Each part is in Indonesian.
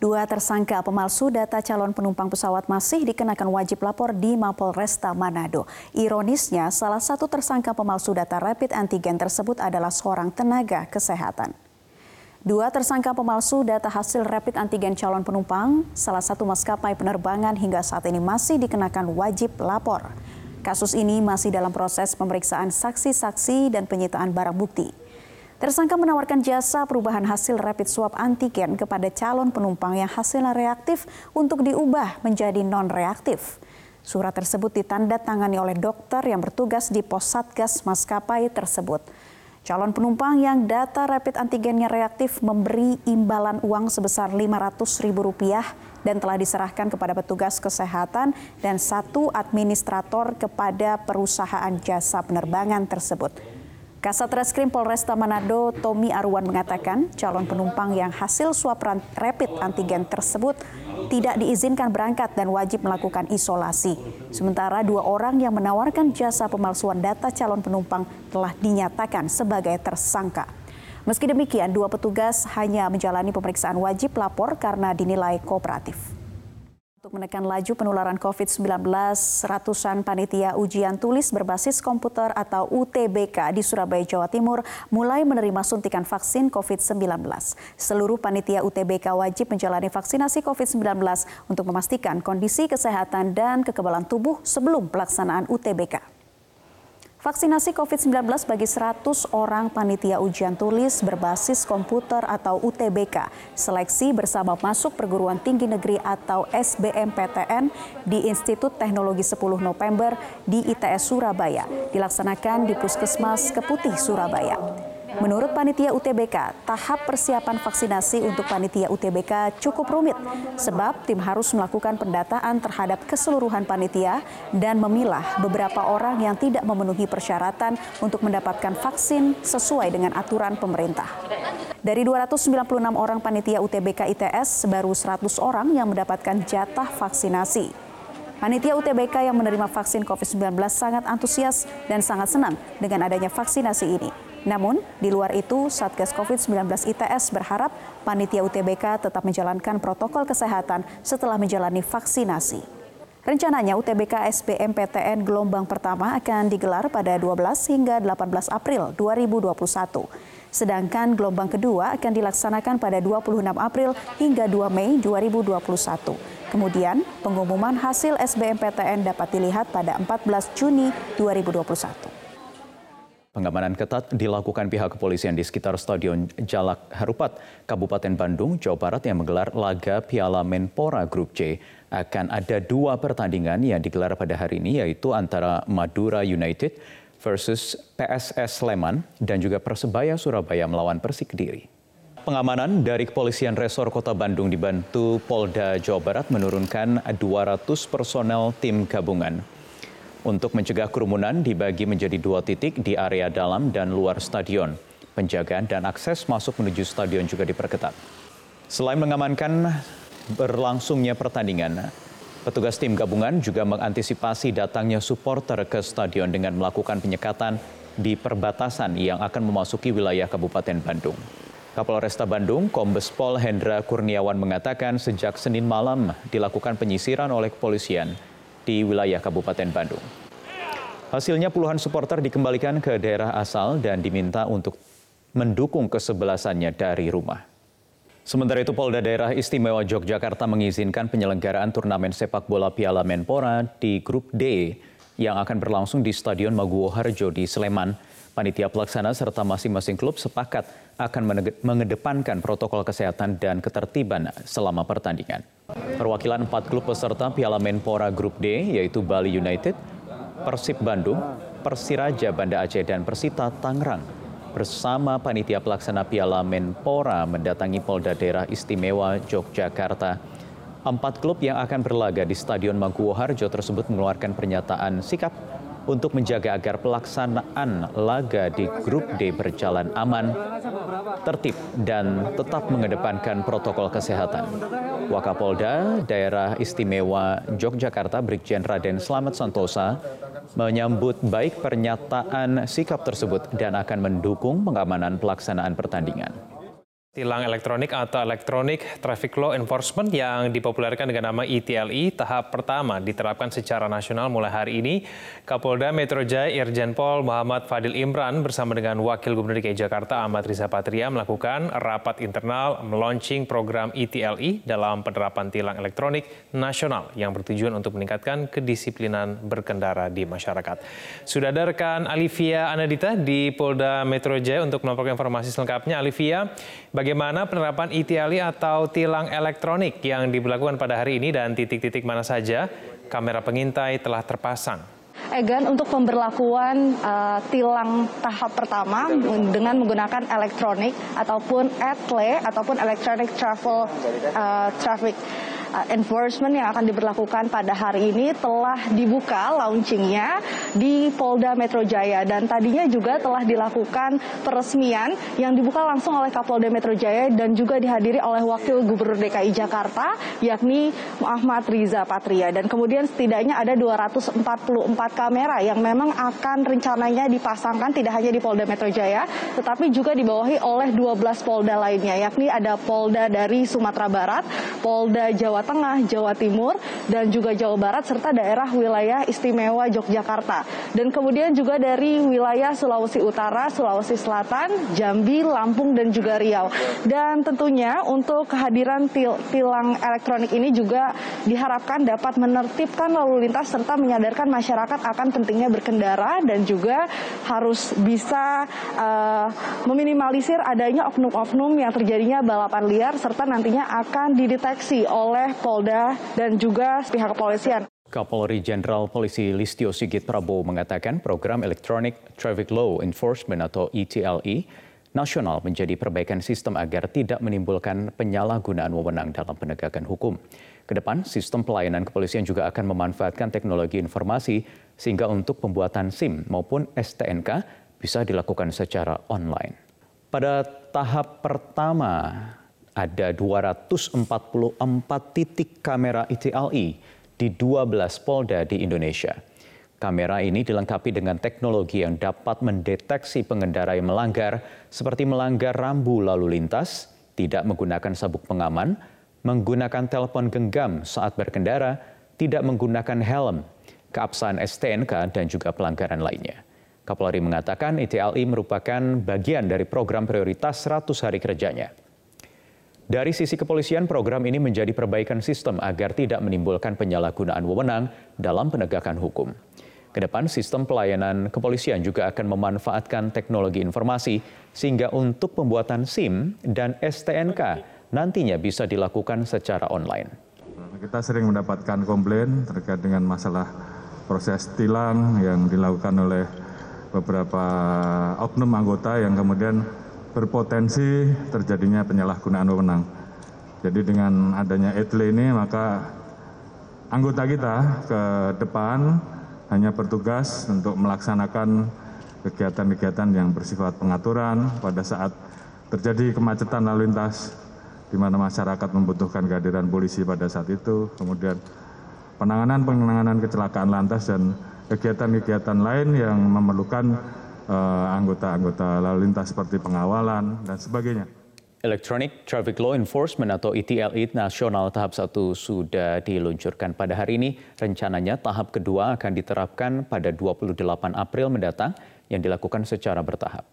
Dua tersangka pemalsu data calon penumpang pesawat masih dikenakan wajib lapor di Mapolresta Manado. Ironisnya, salah satu tersangka pemalsu data rapid antigen tersebut adalah seorang tenaga kesehatan. Dua tersangka pemalsu data hasil rapid antigen calon penumpang, salah satu maskapai penerbangan hingga saat ini masih dikenakan wajib lapor. Kasus ini masih dalam proses pemeriksaan saksi-saksi dan penyitaan barang bukti. Tersangka menawarkan jasa perubahan hasil rapid swab antigen kepada calon penumpang yang hasilnya reaktif untuk diubah menjadi non-reaktif. Surat tersebut ditandatangani oleh dokter yang bertugas di pos Satgas maskapai tersebut. Calon penumpang yang data rapid antigennya reaktif memberi imbalan uang sebesar Rp500.000 dan telah diserahkan kepada petugas kesehatan dan satu administrator kepada perusahaan jasa penerbangan tersebut. Kasat Reskrim Polresta Manado, Tommy Arwan mengatakan calon penumpang yang hasil swab rapid antigen tersebut tidak diizinkan berangkat dan wajib melakukan isolasi. Sementara dua orang yang menawarkan jasa pemalsuan data calon penumpang telah dinyatakan sebagai tersangka. Meski demikian, dua petugas hanya menjalani pemeriksaan wajib lapor karena dinilai kooperatif. Untuk menekan laju penularan COVID-19, ratusan panitia ujian tulis berbasis komputer atau UTBK di Surabaya, Jawa Timur mulai menerima suntikan vaksin COVID-19. Seluruh panitia UTBK wajib menjalani vaksinasi COVID-19 untuk memastikan kondisi kesehatan dan kekebalan tubuh sebelum pelaksanaan UTBK. Vaksinasi COVID-19 bagi 100 orang panitia ujian tulis berbasis komputer atau UTBK, seleksi bersama masuk perguruan tinggi negeri atau SBMPTN di Institut Teknologi 10 November di ITS Surabaya, dilaksanakan di Puskesmas Keputih, Surabaya. Menurut panitia UTBK, tahap persiapan vaksinasi untuk panitia UTBK cukup rumit sebab tim harus melakukan pendataan terhadap keseluruhan panitia dan memilah beberapa orang yang tidak memenuhi persyaratan untuk mendapatkan vaksin sesuai dengan aturan pemerintah. Dari 296 orang panitia UTBK ITS, baru 100 orang yang mendapatkan jatah vaksinasi. Panitia UTBK yang menerima vaksin COVID-19 sangat antusias dan sangat senang dengan adanya vaksinasi ini. Namun, di luar itu, Satgas COVID-19 ITS berharap panitia UTBK tetap menjalankan protokol kesehatan setelah menjalani vaksinasi. Rencananya UTBK SBMPTN gelombang pertama akan digelar pada 12 hingga 18 April 2021. Sedangkan gelombang kedua akan dilaksanakan pada 26 April hingga 2 Mei 2021. Kemudian, pengumuman hasil SBMPTN dapat dilihat pada 14 Juni 2021. Pengamanan ketat dilakukan pihak kepolisian di sekitar Stadion Jalak Harupat, Kabupaten Bandung, Jawa Barat yang menggelar laga Piala Menpora Grup C. Akan ada dua pertandingan yang digelar pada hari ini, yaitu antara Madura United versus PSS Sleman dan juga Persebaya Surabaya melawan Persik Kediri. Pengamanan dari Kepolisian Resor Kota Bandung dibantu Polda Jawa Barat menurunkan 200 personel tim gabungan. Untuk mencegah kerumunan dibagi menjadi dua titik di area dalam dan luar stadion. Penjagaan dan akses masuk menuju stadion juga diperketat. Selain mengamankan berlangsungnya pertandingan, petugas tim gabungan juga mengantisipasi datangnya supporter ke stadion dengan melakukan penyekatan di perbatasan yang akan memasuki wilayah Kabupaten Bandung. Kapolresta Bandung, Kombes Pol Hendra Kurniawan mengatakan sejak Senin malam dilakukan penyisiran oleh kepolisian di wilayah Kabupaten Bandung. Hasilnya puluhan supporter dikembalikan ke daerah asal dan diminta untuk mendukung kesebelasannya dari rumah. Sementara itu Polda Daerah Istimewa Yogyakarta mengizinkan penyelenggaraan turnamen sepak bola Piala Menpora di Grup D yang akan berlangsung di Stadion Maguwo Harjo di Sleman. Panitia pelaksana serta masing-masing klub sepakat akan mengedepankan protokol kesehatan dan ketertiban selama pertandingan. Perwakilan 4 klub peserta Piala Menpora Grup D yaitu Bali United, Persib Bandung, Persiraja Banda Aceh dan Persita Tangerang bersama panitia pelaksana Piala Menpora mendatangi Polda Daerah Istimewa Yogyakarta. 4 klub yang akan berlaga di Stadion Maguwo Harjo tersebut mengeluarkan pernyataan sikap untuk menjaga agar pelaksanaan laga di Grup D berjalan aman, tertib, dan tetap mengedepankan protokol kesehatan. Wakapolda Daerah Istimewa Yogyakarta Brigjen Raden Slamet Santosa menyambut baik pernyataan sikap tersebut dan akan mendukung pengamanan pelaksanaan pertandingan. Tilang elektronik atau Electronic Traffic Law Enforcement yang dipopulerkan dengan nama ETLI tahap pertama diterapkan secara nasional mulai hari ini. Kapolda Metro Jaya Irjen Pol Muhammad Fadil Imran bersama dengan Wakil Gubernur DKI Jakarta Ahmad Riza Patria melakukan rapat internal melaunching program ETLI dalam penerapan tilang elektronik nasional yang bertujuan untuk meningkatkan kedisiplinan berkendara di masyarakat. Sudah ada rekan Alivia Anadita di Polda Metro Jaya untuk melaporkan informasi selengkapnya. Alivia, bagaimana penerapan ETLI atau tilang elektronik yang diberlakukan pada hari ini dan titik-titik mana saja kamera pengintai telah terpasang? Egan, untuk pemberlakuan tilang tahap pertama dengan menggunakan elektronik ataupun ETLE ataupun Electronic Traffic Enforcement yang akan diberlakukan pada hari ini telah dibuka launchingnya di Polda Metro Jaya, dan tadinya juga telah dilakukan peresmian yang dibuka langsung oleh Kapolda Metro Jaya dan juga dihadiri oleh Wakil Gubernur DKI Jakarta yakni Ahmad Riza Patria, dan kemudian setidaknya ada 244 kamera yang memang akan rencananya dipasangkan tidak hanya di Polda Metro Jaya tetapi juga dibawahi oleh 12 Polda lainnya, yakni ada Polda dari Sumatera Barat, Polda Jawa Tengah, Jawa Timur, dan juga Jawa Barat, serta daerah wilayah istimewa Yogyakarta. Dan kemudian juga dari wilayah Sulawesi Utara, Sulawesi Selatan, Jambi, Lampung, dan juga Riau. Dan tentunya untuk kehadiran tilang elektronik ini juga diharapkan dapat menertibkan lalu lintas serta menyadarkan masyarakat akan pentingnya berkendara dan juga harus bisa meminimalisir adanya oknum-oknum yang terjadinya balapan liar serta nantinya akan dideteksi oleh Polda dan juga pihak kepolisian. Kapolri Jenderal Polisi Listio Sigit Prabowo mengatakan program Electronic Traffic Law Enforcement atau ETLI nasional menjadi perbaikan sistem agar tidak menimbulkan penyalahgunaan wewenang dalam penegakan hukum. Kedepan, sistem pelayanan kepolisian juga akan memanfaatkan teknologi informasi sehingga untuk pembuatan SIM maupun STNK bisa dilakukan secara online. Pada tahap pertama, ada 244 titik kamera ETLI di 12 Polda di Indonesia. Kamera ini dilengkapi dengan teknologi yang dapat mendeteksi pengendara yang melanggar, seperti melanggar rambu lalu lintas, tidak menggunakan sabuk pengaman, menggunakan telepon genggam saat berkendara, tidak menggunakan helm, keabsahan STNK, dan juga pelanggaran lainnya. Kapolri mengatakan ETLI merupakan bagian dari program prioritas 100 hari kerjanya. Dari sisi kepolisian, program ini menjadi perbaikan sistem agar tidak menimbulkan penyalahgunaan wewenang dalam penegakan hukum. Kedepan, sistem pelayanan kepolisian juga akan memanfaatkan teknologi informasi sehingga untuk pembuatan SIM dan STNK nantinya bisa dilakukan secara online. Kita sering mendapatkan komplain terkait dengan masalah proses tilang yang dilakukan oleh beberapa oknum anggota yang kemudian berpotensi terjadinya penyalahgunaan wewenang. Jadi dengan adanya ETLI ini maka anggota kita ke depan hanya bertugas untuk melaksanakan kegiatan-kegiatan yang bersifat pengaturan pada saat terjadi kemacetan lalu lintas di mana masyarakat membutuhkan kehadiran polisi pada saat itu, kemudian penanganan kecelakaan lantas dan kegiatan-kegiatan lain yang memerlukan anggota-anggota lalu lintas seperti pengawalan dan sebagainya. Electronic Traffic Law Enforcement atau ETLI nasional tahap 1 sudah diluncurkan pada hari ini. Rencananya tahap kedua akan diterapkan pada 28 April mendatang yang dilakukan secara bertahap.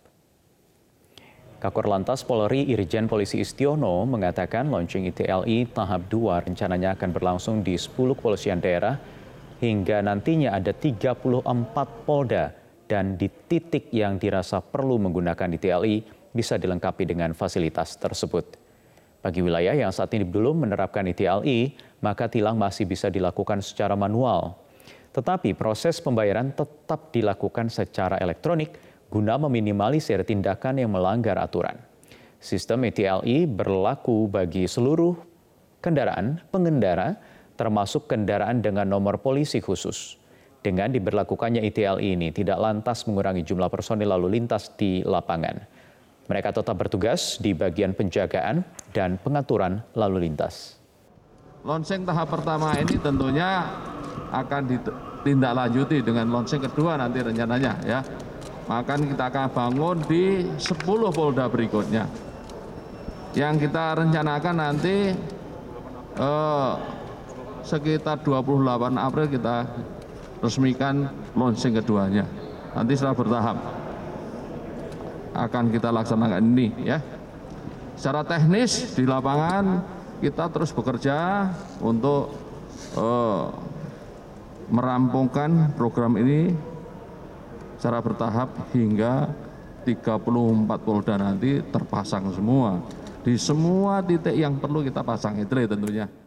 Kakor Lantas Polri Irjen Polisi Istiono mengatakan launching ETLI tahap 2 rencananya akan berlangsung di 10 kepolisian daerah hingga nantinya ada 34 Polda. Dan di titik yang dirasa perlu menggunakan ETLI bisa dilengkapi dengan fasilitas tersebut. Bagi wilayah yang saat ini belum menerapkan ETLI, maka tilang masih bisa dilakukan secara manual. Tetapi proses pembayaran tetap dilakukan secara elektronik guna meminimalisir tindakan yang melanggar aturan. Sistem ETLI berlaku bagi seluruh kendaraan pengendara, termasuk kendaraan dengan nomor polisi khusus. Dengan diberlakukannya ETLI ini tidak lantas mengurangi jumlah personil lalu lintas di lapangan. Mereka tetap bertugas di bagian penjagaan dan pengaturan lalu lintas. Launching tahap pertama ini tentunya akan ditindaklanjuti dengan launching kedua nanti rencananya ya. Maka kita akan bangun di 10 Polda berikutnya. yang kita rencanakan nanti sekitar 28 April kita resmikan launching keduanya. Nanti setelah bertahap akan kita laksanakan ini ya. Secara teknis di lapangan kita terus bekerja untuk merampungkan program ini secara bertahap hingga 34 Polda nanti terpasang semua. Di semua titik yang perlu kita pasang etle tentunya.